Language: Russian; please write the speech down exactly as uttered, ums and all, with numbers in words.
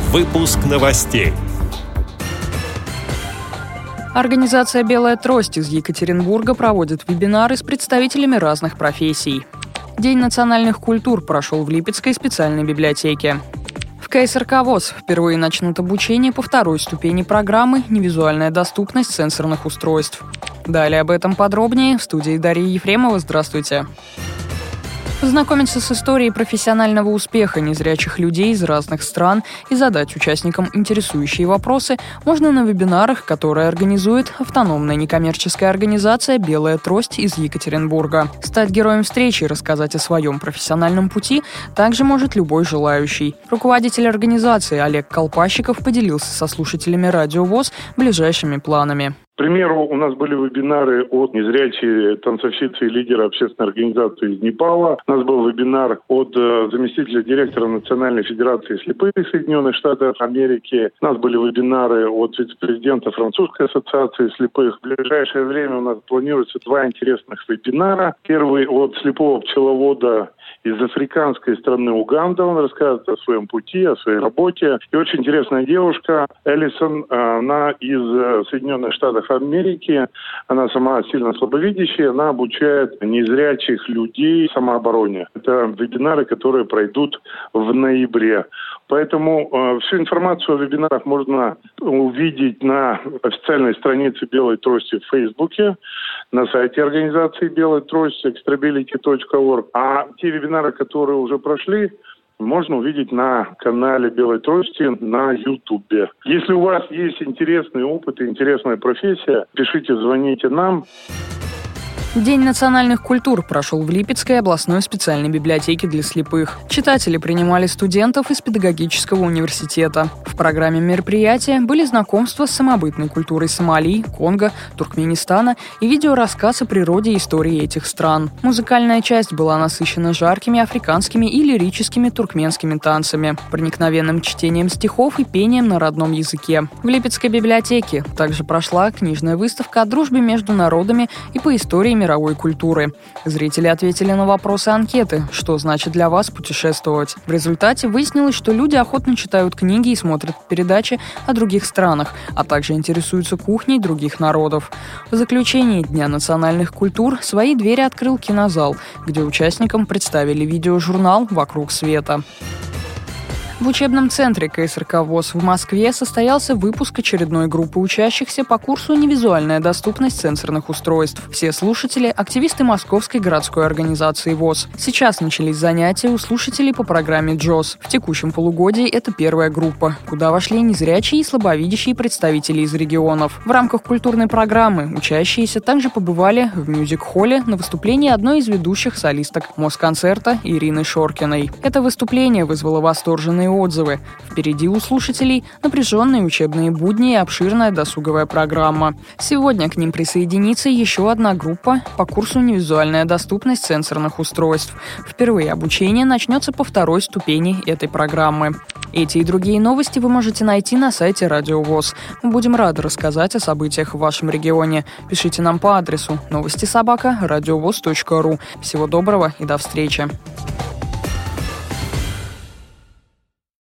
Выпуск новостей. Организация «Белая трость» из Екатеринбурга проводит вебинары с представителями разных профессий. День национальных культур прошел в Липецкой специальной библиотеке. В ка эс эр ка ВОС впервые начнут обучение по второй ступени программы «Невизуальная доступность сенсорных устройств». Далее об этом подробнее в студии Дарья Ефремова. Здравствуйте. Познакомиться с историей профессионального успеха незрячих людей из разных стран и задать участникам интересующие вопросы можно на вебинарах, которые организует автономная некоммерческая организация «Белая трость» из Екатеринбурга. Стать героем встречи и рассказать о своем профессиональном пути также может любой желающий. Руководитель организации Олег Колпащиков поделился со слушателями Радио ВОС ближайшими планами. К примеру, у нас были вебинары от незрячей танцовщицы и лидера общественной организации из Непала. У нас был вебинар от э, заместителя директора Национальной федерации слепых Соединенных Штатов Америки. У нас были вебинары от вице-президента Французской ассоциации слепых. В ближайшее время у нас планируется два интересных вебинара. Первый от слепого пчеловода из африканской страны Уганда. Он рассказывает о своем пути, о своей работе. И очень интересная девушка Элисон, она из Соединенных Штатов Америки. Она сама сильно слабовидящая. Она обучает незрячих людей самообороне. Это вебинары, которые пройдут в ноябре. Поэтому э, всю информацию о вебинарах можно увидеть на официальной странице «Белой трости» в Фейсбуке, на сайте организации «Белой трости» экстрабилити точка орг. А те вебинары, которые уже прошли, можно увидеть на канале «Белой трости» на Ютубе. Если у вас есть интересный опыт и интересная профессия, пишите, звоните нам. День национальных культур прошел в Липецкой областной специальной библиотеке для слепых. Читатели принимали студентов из педагогического университета. В программе мероприятия были знакомства с самобытной культурой Сомали, Конго, Туркменистана и видеорассказ о природе и истории этих стран. Музыкальная часть была насыщена жаркими африканскими и лирическими туркменскими танцами, проникновенным чтением стихов и пением на родном языке. В Липецкой библиотеке также прошла книжная выставка о дружбе между народами и по истории мировой культуры. Зрители ответили на вопросы анкеты, что значит для вас путешествовать. В результате выяснилось, что люди охотно читают книги и смотрят передачи о других странах, а также интересуются кухней других народов. В заключении Дня национальных культур свои двери открыл кинозал, где участникам представили видеожурнал «Вокруг света». В учебном центре ка эс эр ка ВОС в Москве состоялся выпуск очередной группы учащихся по курсу «Невизуальная доступность сенсорных устройств». Все слушатели – активисты Московской городской организации ВОС. Сейчас начались занятия у слушателей по программе джоз. В текущем полугодии это первая группа, куда вошли незрячие и слабовидящие представители из регионов. В рамках культурной программы учащиеся также побывали в мюзик-холле на выступлении одной из ведущих солисток Москонцерта Ирины Шоркиной. Это выступление вызвало восторженные отзывы. Впереди у слушателей напряженные учебные будни и обширная досуговая программа. Сегодня к ним присоединится еще одна группа по курсу «Невизуальная доступность сенсорных устройств». Впервые обучение начнется по второй ступени этой программы. Эти и другие новости вы можете найти на сайте Радио ВОС. Мы будем рады рассказать о событиях в вашем регионе. Пишите нам по адресу новости собака радиовос точка ру. Всего доброго и до встречи.